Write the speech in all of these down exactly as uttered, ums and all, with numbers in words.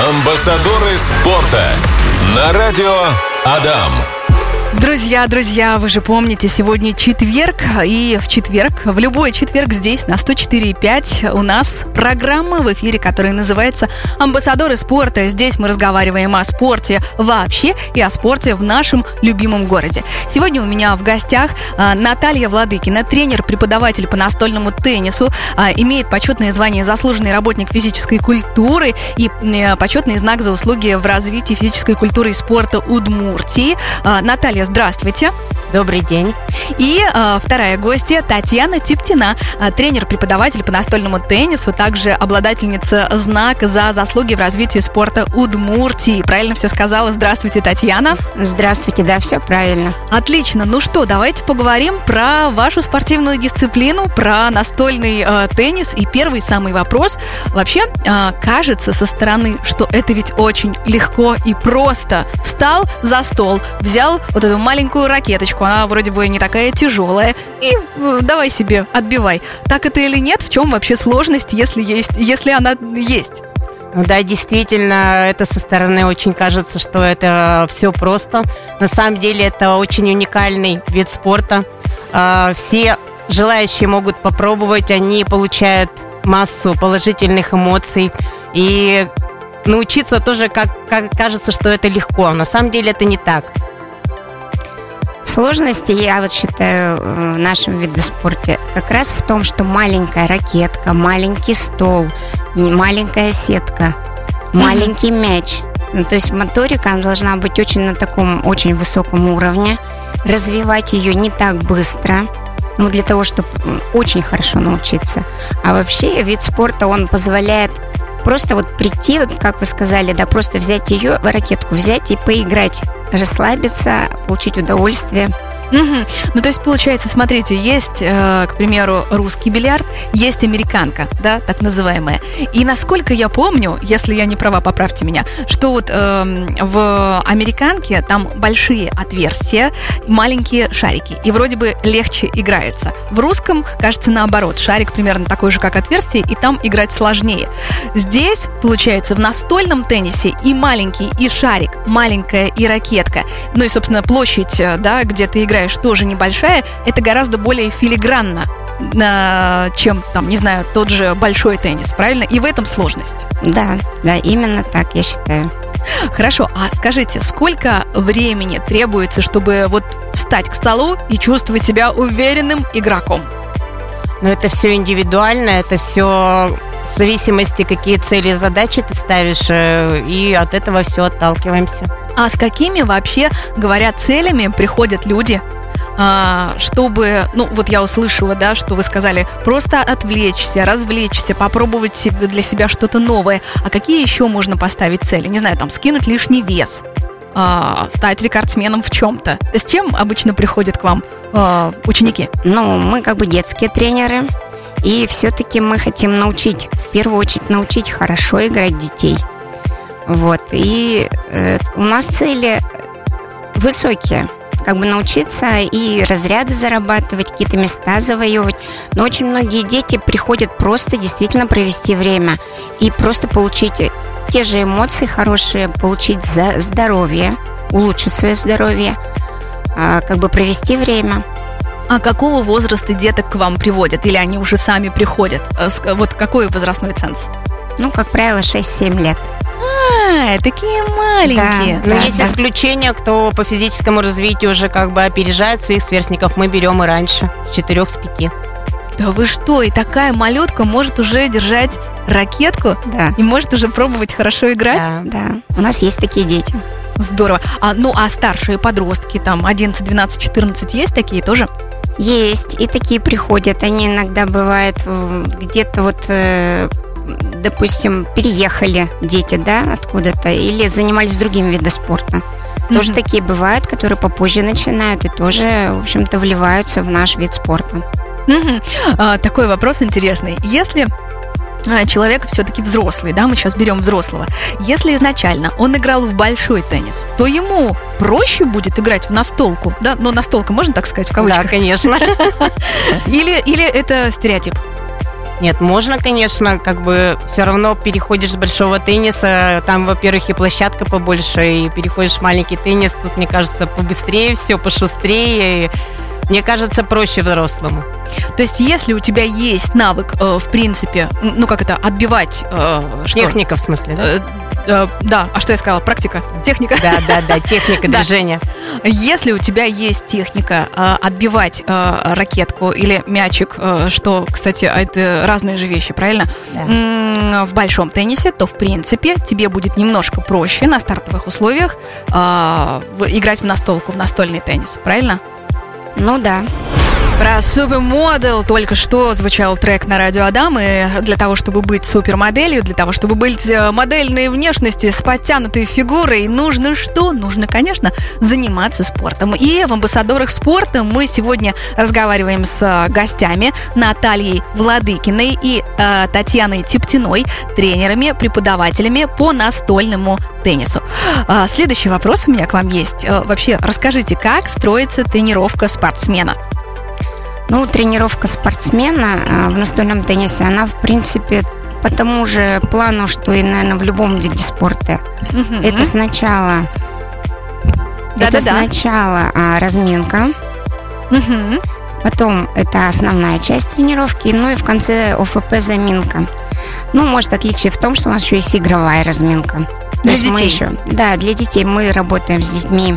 Амбассадоры спорта на радио Адам. Друзья, друзья, вы же помните, сегодня четверг, и в четверг, в любой четверг здесь на сто четыре и пять у нас программа в эфире, которая называется «Амбассадоры спорта». Здесь мы разговариваем о спорте вообще и о спорте в нашем любимом городе. Сегодня у меня в гостях Наталья Владыкина, тренер, преподаватель по настольному теннису, имеет почетное звание «Заслуженный работник физической культуры» и почетный знак за услуги в развитии физической культуры и спорта Удмуртии. Наталья, здравствуйте. Добрый день. И э, вторая гостья Татьяна Типтина, э, тренер-преподаватель по настольному теннису, также обладательница знака за заслуги в развитии спорта Удмуртии. Правильно все сказала? Здравствуйте, Татьяна. Здравствуйте, да, все правильно. Отлично. Ну что, давайте поговорим про вашу спортивную дисциплину, про настольный э, теннис. И первый самый вопрос. Вообще, э, кажется со стороны, что это ведь очень легко и просто. Встал за стол, взял вот эту маленькую ракеточку, она вроде бы не такая тяжелая, и э, давай себе, отбивай. Так это или нет? В чем вообще сложность, если есть, если она есть? Да, действительно, это со стороны очень кажется, что это все просто. На самом деле это очень уникальный вид спорта. Все желающие могут попробовать, они получают массу положительных эмоций. И научиться тоже, как, как кажется, что это легко. На самом деле это не так. Сложности, я вот считаю, в нашем виде спорта как раз в том, что маленькая ракетка, маленький стол, маленькая сетка, маленький мяч. Ну, то есть моторика она должна быть очень на таком очень высоком уровне. Развивать ее не так быстро, ну, для того, чтобы очень хорошо научиться. А вообще вид спорта, он позволяет просто вот прийти, вот как вы сказали, да, просто взять ее, ракетку взять и поиграть, расслабиться, получить удовольствие. Угу. Ну, то есть, получается, смотрите, есть, э, к примеру, русский бильярд, есть американка, да, так называемая. И насколько я помню, если я не права, поправьте меня, что вот э, в американке там большие отверстия, маленькие шарики, и вроде бы легче играется. В русском, кажется, наоборот, шарик примерно такой же, как отверстие, и там играть сложнее. Здесь, получается, в настольном теннисе и маленький, и шарик, маленькая и ракетка, ну и, собственно, площадь, да, где ты играешь, тоже небольшая, это гораздо более филигранно, чем, там, не знаю, тот же большой теннис, правильно? И в этом сложность. Да, да, именно так, я считаю. Хорошо, а скажите, сколько времени требуется, чтобы вот встать к столу и чувствовать себя уверенным игроком? Ну, это все индивидуально, это все в зависимости, какие цели и задачи ты ставишь, и от этого все отталкиваемся. А с какими вообще, говоря, целями приходят люди, чтобы, ну, вот я услышала, да, что вы сказали, просто отвлечься, развлечься, попробовать для себя что-то новое. А какие еще можно поставить цели? Не знаю, там, скинуть лишний вес, стать рекордсменом в чем-то. С чем обычно приходят к вам ученики? Ну, мы как бы детские тренеры, и все-таки мы хотим научить, в первую очередь, научить хорошо играть детей. Вот, и э, у нас цели высокие, как бы научиться и разряды зарабатывать, какие-то места завоевывать. Но очень многие дети приходят просто действительно провести время и просто получить те же эмоции хорошие, получить за здоровье, улучшить свое здоровье, э, как бы провести время. А какого возраста деток к вам приводят? Или они уже сами приходят? Вот какой возрастной ценз? Ну, как правило, шесть-семь лет. А, такие маленькие. Да, но да, есть да. исключения, кто по физическому развитию уже как бы опережает своих сверстников. Мы берем и раньше, с четырех, с пяти. Да вы что, и такая малютка может уже держать ракетку? Да. И может уже пробовать хорошо играть? Да, да. У нас есть такие дети. Здорово. А, ну, а старшие подростки, там, одиннадцать, двенадцать, четырнадцать, есть такие тоже? Есть, и такие приходят. Они иногда бывают где-то вот... допустим, переехали дети, да, откуда-то, или занимались другим видом спорта. Mm-hmm. Тоже такие бывают, которые попозже начинают и тоже, в общем-то, вливаются в наш вид спорта. Mm-hmm. А, такой вопрос интересный. Если человек все-таки взрослый, да, мы сейчас берем взрослого, если изначально он играл в большой теннис, то ему проще будет играть в настолку, да, но настолка, можно так сказать, в кавычках? Да, конечно. Или, или это стереотип? Нет, можно, конечно, как бы все равно переходишь с большого тенниса, там, во-первых, и площадка побольше, и переходишь в маленький теннис, тут, мне кажется, побыстрее все, пошустрее, и, мне кажется, проще взрослому. То есть, если у тебя есть навык, э, в принципе, ну, как это, отбивать... Э, что? Техника, в смысле, да? Э, э, да, а что я сказала? Практика? Техника? Да, да, да, техника движения. Если у тебя есть техника э, отбивать э, ракетку или мячик, э, что, кстати, это разные же вещи, правильно? Да. М-м, в большом теннисе, то, в принципе, тебе будет немножко проще на стартовых условиях э, в, играть в настолку, в настольный теннис, правильно? Ну да. Про супермодел только что звучал трек на радио Адам, и для того, чтобы быть супермоделью, для того, чтобы быть модельной внешности с подтянутой фигурой, нужно что? Нужно, конечно, заниматься спортом. И в амбассадорах спорта мы сегодня разговариваем с гостями Натальей Владыкиной и э, Татьяной Тептиной, тренерами, преподавателями по настольному теннису. Э, следующий вопрос у меня к вам есть. Э, вообще, расскажите, как строится тренировка спортсмена? Ну, тренировка спортсмена э, в настольном теннисе, она, в принципе, по тому же плану, что и, наверное, в любом виде спорта. Mm-hmm. Это сначала, да, это да, да. сначала а, разминка, Mm-hmm. потом это основная часть тренировки, ну и в конце ОФП заминка. Ну, может, отличие в том, что у нас еще есть игровая разминка. То Для есть детей? мы еще, да, для детей мы работаем с детьми,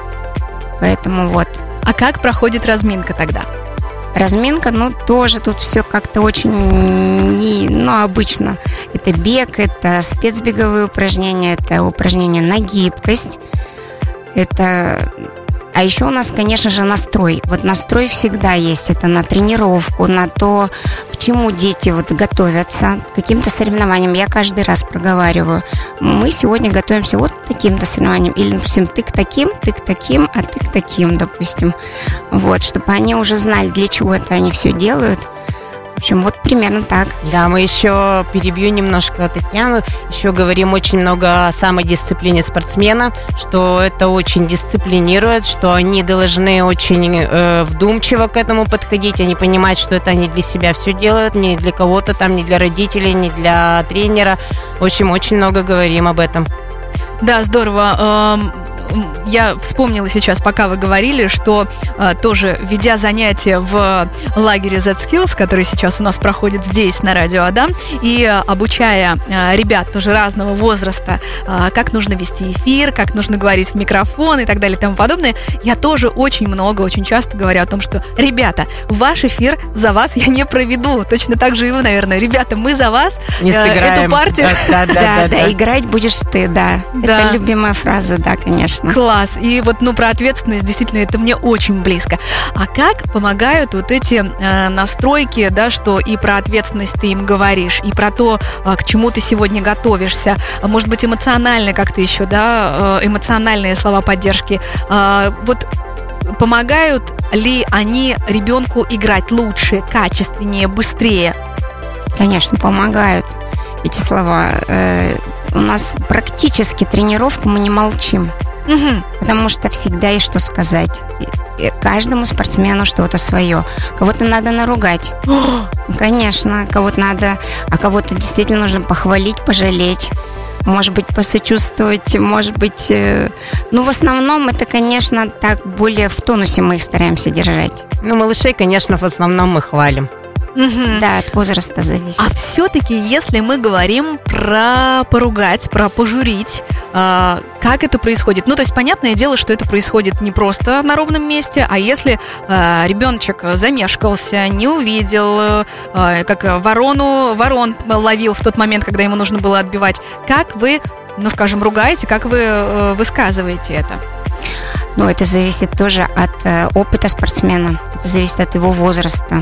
поэтому вот. А как проходит разминка тогда? Разминка, ну, тоже тут все как-то очень не, ну, обычно. Это бег, это спецбеговые упражнения, это упражнения на гибкость. Это... А еще у нас, конечно же, настрой. Вот настрой всегда есть. Это на тренировку, на то, к чему дети вот готовятся, к каким-то соревнованиям. Я каждый раз проговариваю. Мы сегодня готовимся вот к таким-то соревнованиям. Или, допустим, ты к таким, ты к таким, а ты к таким, допустим. Вот, чтобы они уже знали, для чего это они все делают. В общем, вот примерно так. Да, мы еще перебью немножко Татьяну. Еще говорим очень много о самодисциплине спортсмена, что это очень дисциплинирует, что они должны очень э, вдумчиво к этому подходить. Они понимают, что это они для себя все делают, не для кого-то там, не для родителей, не для тренера. В общем, очень много говорим об этом. Да, здорово. Я вспомнила сейчас, пока вы говорили, что э, тоже, ведя занятия в лагере Z-Skills, который сейчас у нас проходит здесь, на радио Адам, и э, обучая э, ребят тоже разного возраста, э, как нужно вести эфир, как нужно говорить в микрофон и так далее и тому подобное, я тоже очень много, очень часто говорю о том, что, ребята, ваш эфир за вас я не проведу. Точно так же и вы, наверное. Ребята, мы за вас не э, сыграем. Эту партию... Да, да, да, Да, да, да, играть будешь ты, да. Да. Это любимая фраза, да, конечно. Класс. И вот, ну, про ответственность, действительно, это мне очень близко. А как помогают вот эти э, настройки, да, что и про ответственность ты им говоришь, и про то, э, к чему ты сегодня готовишься, а может быть, эмоционально как-то еще, да, э, эмоциональные слова поддержки. Э, вот помогают ли они ребенку играть лучше, качественнее, быстрее? Конечно, помогают эти слова. Э, у нас практически тренировку мы не молчим. Угу. Потому что всегда есть что сказать. И каждому спортсмену что-то свое. Кого-то надо наругать. Конечно, кого-то надо, а кого-то действительно нужно похвалить, пожалеть. Может быть, посочувствовать, может быть... Э, ну, в основном это, конечно, так более в тонусе мы их стараемся держать. Ну, малышей, конечно, в основном мы хвалим. Угу. Да, от возраста зависит. А все-таки, если мы говорим про поругать, про пожурить, э, как это происходит? Ну, то есть, понятное дело, что это происходит не просто на ровном месте, а если э, ребеночек замешкался, не увидел, э, как ворону, ворон ловил в тот момент, когда ему нужно было отбивать, как вы, ну, скажем, ругаете, как вы э, высказываете это? Ну, это зависит тоже от э, опыта спортсмена, это зависит от его возраста.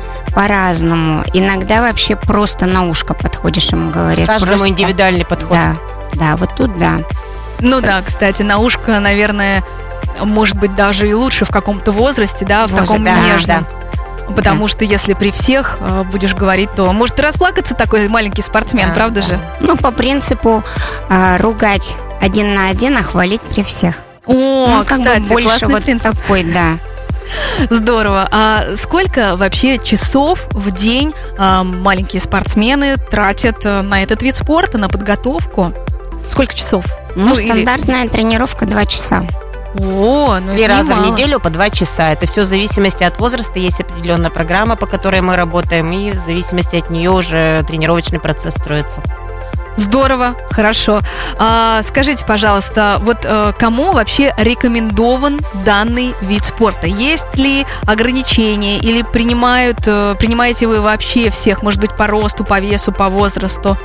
По-разному. Иногда вообще просто на ушко подходишь, ему говоришь. Каждому просто... индивидуальный подход. Да, да, вот тут да. Ну да, кстати, на ушко, наверное, может быть даже и лучше в каком-то возрасте, да, в Возраст, таком да, нежном. да. Потому Да. что если при всех э, будешь говорить, то может и расплакаться такой маленький спортсмен, Да, правда да. же? Ну, по принципу э, ругать один на один, а хвалить при всех. О, ну, как кстати, бы больше классный вот принцип. такой, да. Здорово. А сколько вообще часов в день а, маленькие спортсмены тратят на этот вид спорта, на подготовку? Сколько часов? Ну, ну стандартная или... тренировка два часа. О, ну Три раза немало. в неделю по два часа. Это все в зависимости от возраста. Есть определенная программа, по которой мы работаем, и в зависимости от нее уже тренировочный процесс строится. Здорово, хорошо. А, скажите, пожалуйста, вот а, кому вообще рекомендован данный вид спорта? Есть ли ограничения или принимают, а, принимаете вы вообще всех, может быть, по росту, по весу, по возрасту?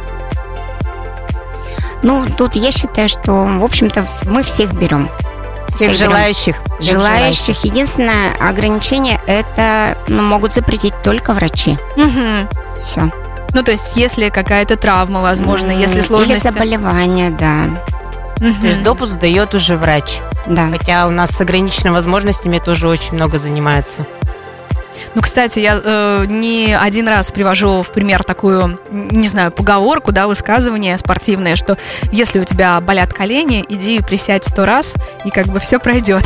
Ну, тут я считаю, что, в общем-то, мы всех берем. Всех, всех желающих. Всех желающих. желающих. Единственное ограничение, это ну, могут запретить только врачи. Угу. Все. Ну, то есть, если какая-то травма, возможно, mm, если сложности... Или заболевание, да. Mm-hmm. То есть допуск дает уже врач. Да. Хотя у нас с ограниченными возможностями тоже очень много занимается. Ну, кстати, я э, не один раз привожу в пример такую, не знаю, поговорку, да, высказывание спортивное, что если у тебя болят колени, иди и присядь сто раз, и как бы все пройдет.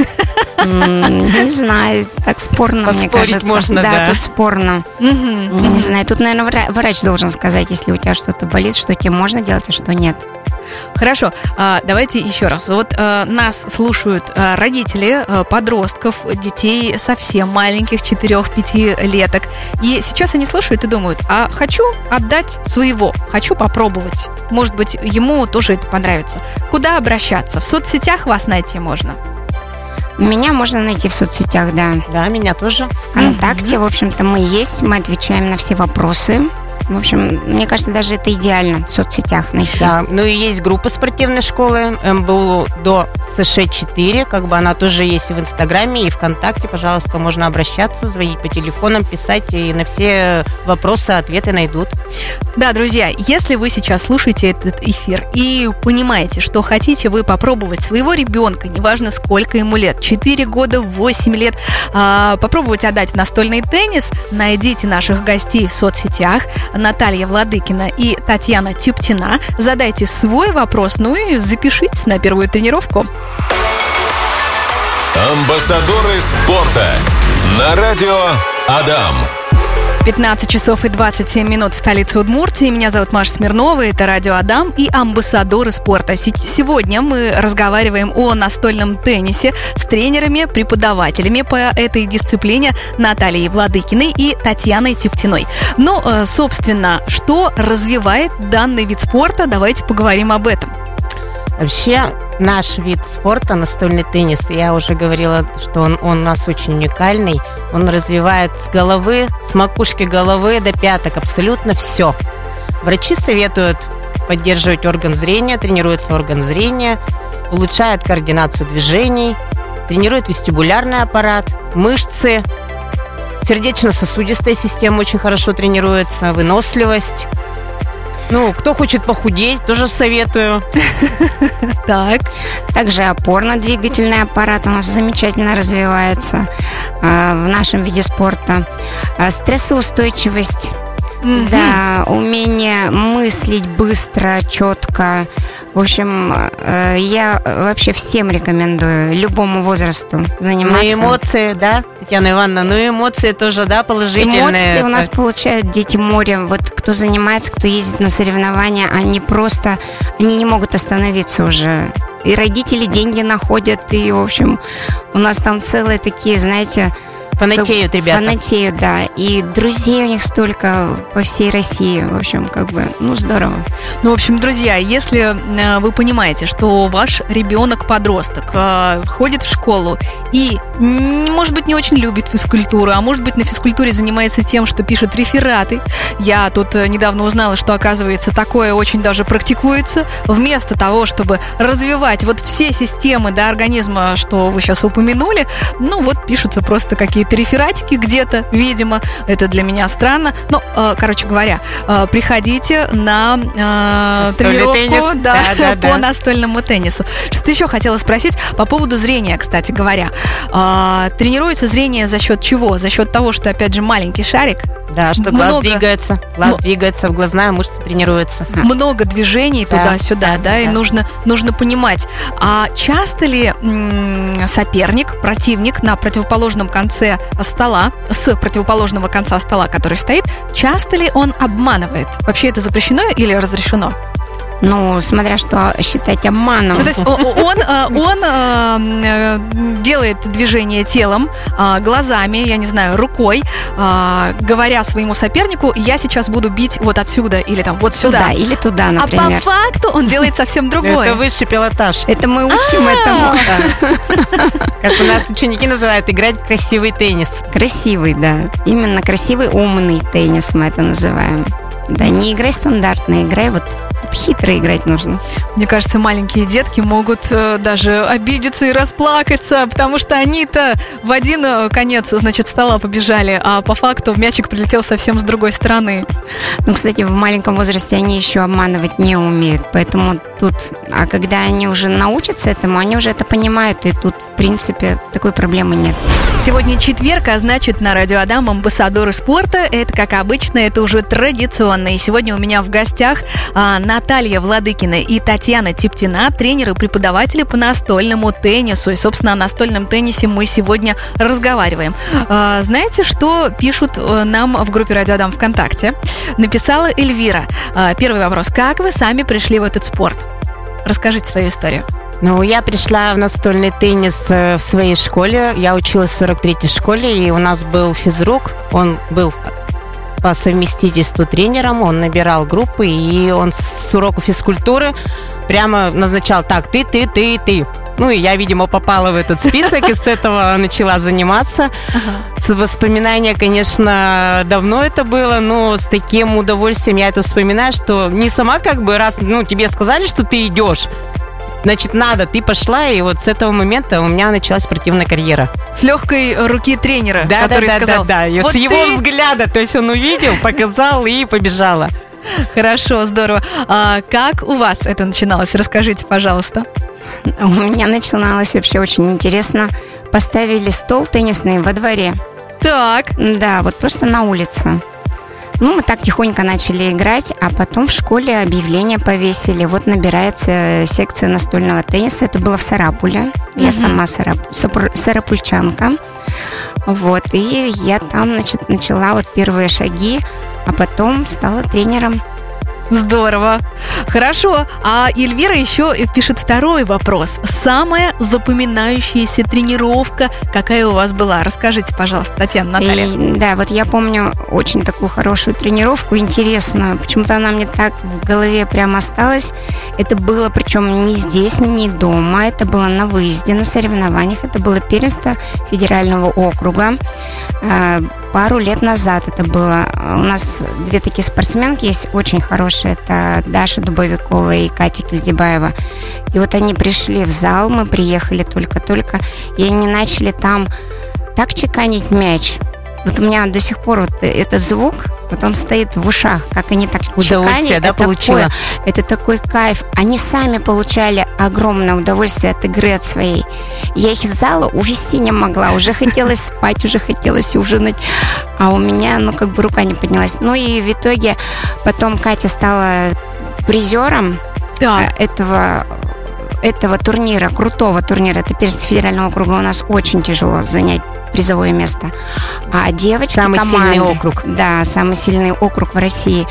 Не знаю, так спорно, Поспорить мне кажется. можно, да. Да, тут спорно. Не знаю, тут, наверное, врач должен сказать, если у тебя что-то болит, что тебе можно делать, а что нет. Хорошо, давайте еще раз. Вот нас слушают родители подростков, детей совсем маленьких, четырех-пяти леток. И сейчас они слушают и думают, а хочу отдать своего, хочу попробовать. Может быть, ему тоже это понравится. Куда обращаться? В соцсетях вас найти можно? Меня можно найти в соцсетях, да. Да, меня тоже. ВКонтакте, mm-hmm. в общем-то, мы есть, мы отвечаем на все вопросы. В общем, мне кажется, даже это идеально в соцсетях найти. Да, ну и есть группа спортивной школы эм бэ у до эс ша четыре, как бы она тоже есть и в Инстаграме, и ВКонтакте. Пожалуйста, можно обращаться, звонить по телефонам, писать, и на все вопросы ответы найдут. Да, друзья, если вы сейчас слушаете этот эфир и понимаете, что хотите вы попробовать своего ребенка, неважно сколько ему лет, четыре года, восемь лет, попробовать отдать в настольный теннис, найдите наших гостей в соцсетях, Наталья Владыкина и Татьяна Тюптина. Задайте свой вопрос, ну и запишитесь на первую тренировку. Амбассадоры спорта на радио Адам. пятнадцать часов и двадцать семь минут в столице Удмуртии. Меня зовут Маша Смирнова, это радио Адам и амбассадоры спорта. Сегодня мы разговариваем о настольном теннисе с тренерами, преподавателями по этой дисциплине Натальей Владыкиной и Татьяной Тюптиной. Ну, собственно, что развивает данный вид спорта? Давайте поговорим об этом. Вообще, наш вид спорта, настольный теннис, я уже говорила, что он, он у нас очень уникальный. Он развивает с головы, с макушки головы до пяток абсолютно все. Врачи советуют поддерживать орган зрения, тренируется орган зрения, улучшает координацию движений, тренирует вестибулярный аппарат, мышцы, сердечно-сосудистая система очень хорошо тренируется, выносливость. Ну, кто хочет похудеть, тоже советую. Так. Также опорно-двигательный аппарат у нас замечательно развивается э, в нашем виде спорта. Э, стрессоустойчивость. Mm-hmm. Да, умение мыслить быстро, четко. В общем, э, я вообще всем рекомендую, любому возрасту заниматься. Ну, эмоции, да, Татьяна Ивановна, ну, эмоции тоже, да, положительные. Эмоции у нас получают дети морем. Вот кто занимается, кто ездит на соревнования, они просто, они не могут остановиться уже. И родители деньги находят, и, в общем, у нас там целые такие, знаете... Фанатеют ребята. Фанатеют, да. И друзей у них столько по всей России. В общем, как бы, ну, здорово. Ну, в общем, друзья, если э, вы понимаете, что ваш ребенок-подросток э, ходит в школу и, может быть, не очень любит физкультуру, а может быть, на физкультуре занимается тем, что пишет рефераты. Я тут э, недавно узнала, что, оказывается, такое очень даже практикуется. Вместо того, чтобы развивать вот все системы, да, организма, что вы сейчас упомянули, ну, вот пишутся просто какие-то рефератики где-то, видимо, это для меня странно. Но, э, короче говоря, э, приходите на э, тренировку да, да, да, по да. настольному теннису. Что-то еще хотела спросить по поводу зрения, кстати говоря. Э, тренируется зрение за счет чего? За счет того, что, опять же, маленький шарик, Да, что много, глаз двигается, глаз ну, двигается, глазная мышца тренируется. много движений Да, туда-сюда, да, да, и да. нужно, нужно понимать, а часто ли м, соперник, противник на противоположном конце стола, с противоположного конца стола, который стоит, часто ли он обманывает? Вообще это запрещено или разрешено? Ну, смотря что считать обманом. Ну, то есть о- о- он, э, он э, э, делает движение телом, э, глазами, я не знаю, рукой, э, говоря своему сопернику, я сейчас буду бить вот отсюда или там вот сюда. Туда или туда, А по например. факту он делает совсем другое. Это высший пилотаж. Это мы учим этому. Как у нас ученики называют, играть в красивый теннис. Красивый, да. Именно красивый, умный теннис мы это называем. Да, не играй стандартно, играй вот хитро играть нужно. Мне кажется, маленькие детки могут э, даже обидеться и расплакаться, потому что они-то в один э, конец, значит, стола побежали, а по факту мячик прилетел совсем с другой стороны. Ну, кстати, в маленьком возрасте они еще обманывать не умеют, поэтому тут, а когда они уже научатся этому, они уже это понимают, и тут, в принципе, такой проблемы нет. Сегодня четверг, а значит, на Радио Адам амбассадоры спорта. Это, как обычно, это уже традиционно. И сегодня у меня в гостях а, Наталья Владыкина и Татьяна Типтина, тренеры и преподаватели по настольному теннису. И, собственно, о настольном теннисе мы сегодня разговариваем. А, знаете, что пишут нам в группе Радио Адам ВКонтакте? Написала Эльвира. А, первый вопрос. Как вы сами пришли в этот спорт? Расскажите свою историю. Ну, я пришла в настольный теннис в своей школе. Я училась в сорок третьей школе, и у нас был физрук. Он был по совместительству тренером, он набирал группы, и он с урока физкультуры прямо назначал: так, ты, ты, ты, ты. Ну, и я, видимо, попала в этот список, и с этого начала заниматься. С воспоминания, конечно, давно это было, но с таким удовольствием я это вспоминаю, что не сама как бы раз, ну, тебе сказали, что ты идешь, значит, надо, ты пошла, и вот с этого момента у меня началась спортивная карьера. С легкой руки тренера, Да, который да, да, сказал: да, да, и вот с его ты... взгляда, то есть он увидел, показал и побежала. Хорошо, здорово. А как у вас это начиналось? Расскажите, пожалуйста. У меня начиналось вообще очень интересно. Поставили стол теннисный во дворе. Так. Да, вот просто на улице. Ну, мы так тихонько начали играть, а потом в школе объявление повесили. Вот набирается секция настольного тенниса. Это было в Сарапуле. Я Мгм. сама сарап... сапур- сарапульчанка. Вот, и я там, значит, начала вот первые шаги, а потом стала тренером. Здорово. Хорошо. А Эльвира еще пишет второй вопрос. Самая запоминающаяся тренировка, какая у вас была? Расскажите, пожалуйста, Татьяна, Наталья. И, да, вот я помню очень такую хорошую тренировку, интересную. Почему-то она мне так в голове прямо осталась. Это было, причем не здесь, не дома. Это было на выезде, на соревнованиях. Это было первенство федерального округа. Э, Пару лет назад это было. У нас две такие спортсменки есть очень хорошие. Это Даша Дубовикова и Катя Кельдибаева. И вот они пришли в зал, мы приехали только-только, и они начали там так чеканить мяч. Вот у меня до сих пор вот этот звук, вот он стоит в ушах, как они так Удовольствие, чеканят. да, это получила? такое, это такой кайф. Они сами получали огромное удовольствие от игры от своей. Я их из зала увести не могла. Уже хотелось спать, уже хотелось ужинать. А у меня, ну, как бы рука не поднялась. Ну, и в итоге потом Катя стала призером Так. этого этого турнира, крутого турнира. Это первенство федерального округа. У нас очень тяжело занять призовое место. А девочки Самый команды, сильный округ. Да, самый сильный округ в России.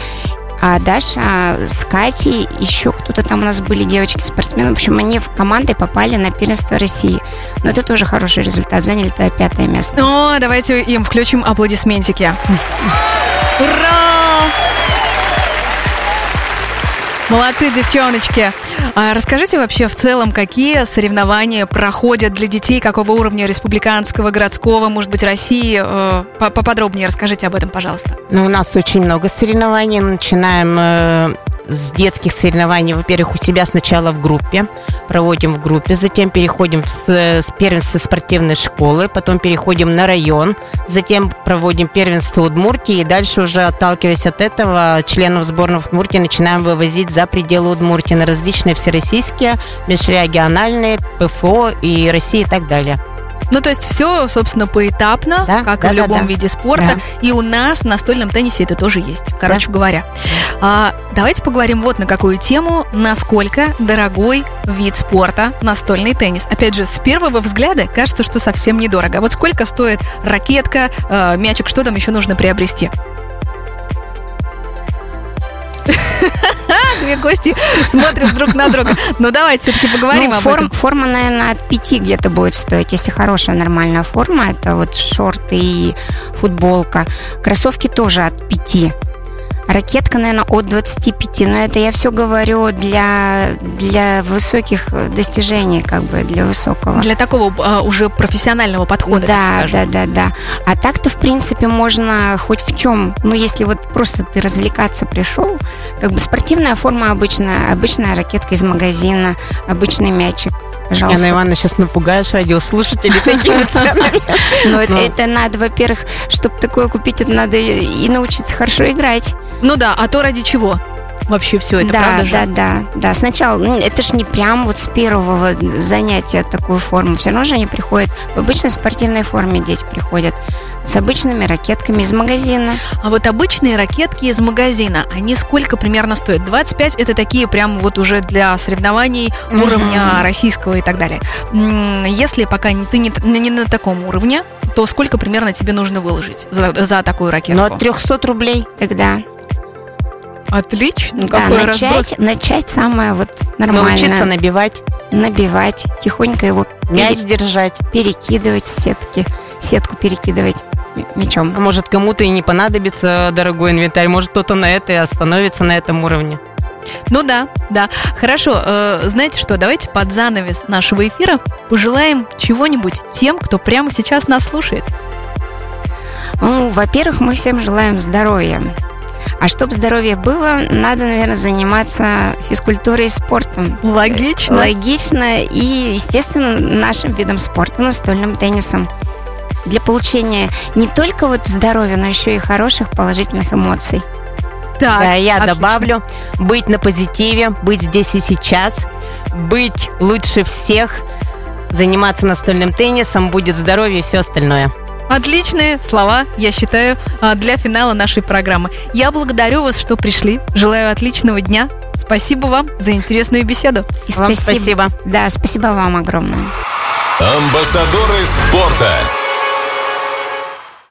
А Даша с Катей, еще кто-то там у нас были девочки-спортсмены. В общем, они в команды попали на первенство России. Но это тоже хороший результат. Заняли тогда пятое место. О, давайте им включим аплодисментики. Ура! Молодцы, девчоночки. А расскажите вообще в целом, какие соревнования проходят для детей, какого уровня республиканского, городского, может быть, России? Э, Поподробнее расскажите об этом, пожалуйста. Ну, у нас очень много соревнований. Начинаем э, с детских соревнований. Во-первых, у себя сначала в группе. Проводим в группе. Затем переходим с, с первенства спортивной школы. Потом переходим на район. Затем проводим первенство Удмуртии. И дальше уже, отталкиваясь от этого, членов сборной Удмуртии начинаем вывозить за пределы Удмуртии на различные всероссийские, межрегиональные, ПФО и России и так далее. Ну, то есть все, собственно, поэтапно, Да, как да, и в да, любом да. виде спорта. Да. И у нас в настольном теннисе это тоже есть, короче говоря. А, давайте поговорим вот на какую тему, насколько дорогой вид спорта настольный теннис. Опять же, с первого взгляда кажется, что совсем недорого. А вот сколько стоит ракетка, э, мячик, что там еще нужно приобрести? Две гости смотрят друг на друга. Ну, давайте все-таки поговорим Ну, об форм- этом. Форма, наверное, от пяти где-то будет стоить. Если хорошая нормальная форма, это вот шорты и футболка. Кроссовки тоже от пяти. Ракетка, наверное, от двадцати пяти. Но это я все говорю для, для высоких достижений, как бы, для высокого. Для такого э, уже профессионального подхода, так Да, скажем. да, да, да. А так-то, в принципе, можно хоть в чем. Ну, если вот просто ты развлекаться пришел, как бы спортивная форма обычная, обычная ракетка из магазина, обычный мячик. Пожалуйста. Яна Ивановна, сейчас напугаешь радиослушателей такими ценами. Но это, Ну. это надо, во-первых, чтобы такое купить, это надо и научиться хорошо играть. Ну да, а то ради чего вообще все это, да, правда же? да, да, да. Сначала, ну, это ж не прям вот с первого занятия такую форму. Все равно же они приходят в обычной спортивной форме, дети приходят с обычными ракетками из магазина. А вот обычные ракетки из магазина, они сколько примерно стоят? двадцать пять это такие прям вот уже для соревнований Мгм. уровня российского и так далее. М, Если пока не- ты не, не на таком уровне, то сколько примерно тебе нужно выложить за, за такую ракетку? Ну, от трехсот рублей. Тогда Отлично, да, какой разброс. начать, начать самое вот нормальное. Научиться набивать, Набивать, тихонько его мяч пере- держать. перекидывать с сетки, сетку перекидывать м- мячом. А может, кому-то и не понадобится дорогой инвентарь, может, кто-то на это и остановится на этом уровне. Ну да, да. Хорошо, э, знаете что, давайте под занавес нашего эфира пожелаем чего-нибудь тем, кто прямо сейчас нас слушает. Ну, во-первых, мы всем желаем здоровья. А чтобы здоровье было, надо, наверное, заниматься физкультурой и спортом. Логично. Логично и, естественно, нашим видом спорта, настольным теннисом. Для получения не только вот здоровья, но еще и хороших положительных эмоций. Так, Да, я отлично. добавлю, быть на позитиве, быть здесь и сейчас, быть лучше всех, заниматься настольным теннисом, будет здоровье и все остальное. Отличные слова, я считаю, а, для финала нашей программы. Я благодарю вас, что пришли. Желаю отличного дня. Спасибо вам за интересную беседу. И Вам спасибо. Да, спасибо вам огромное. Амбассадоры спорта.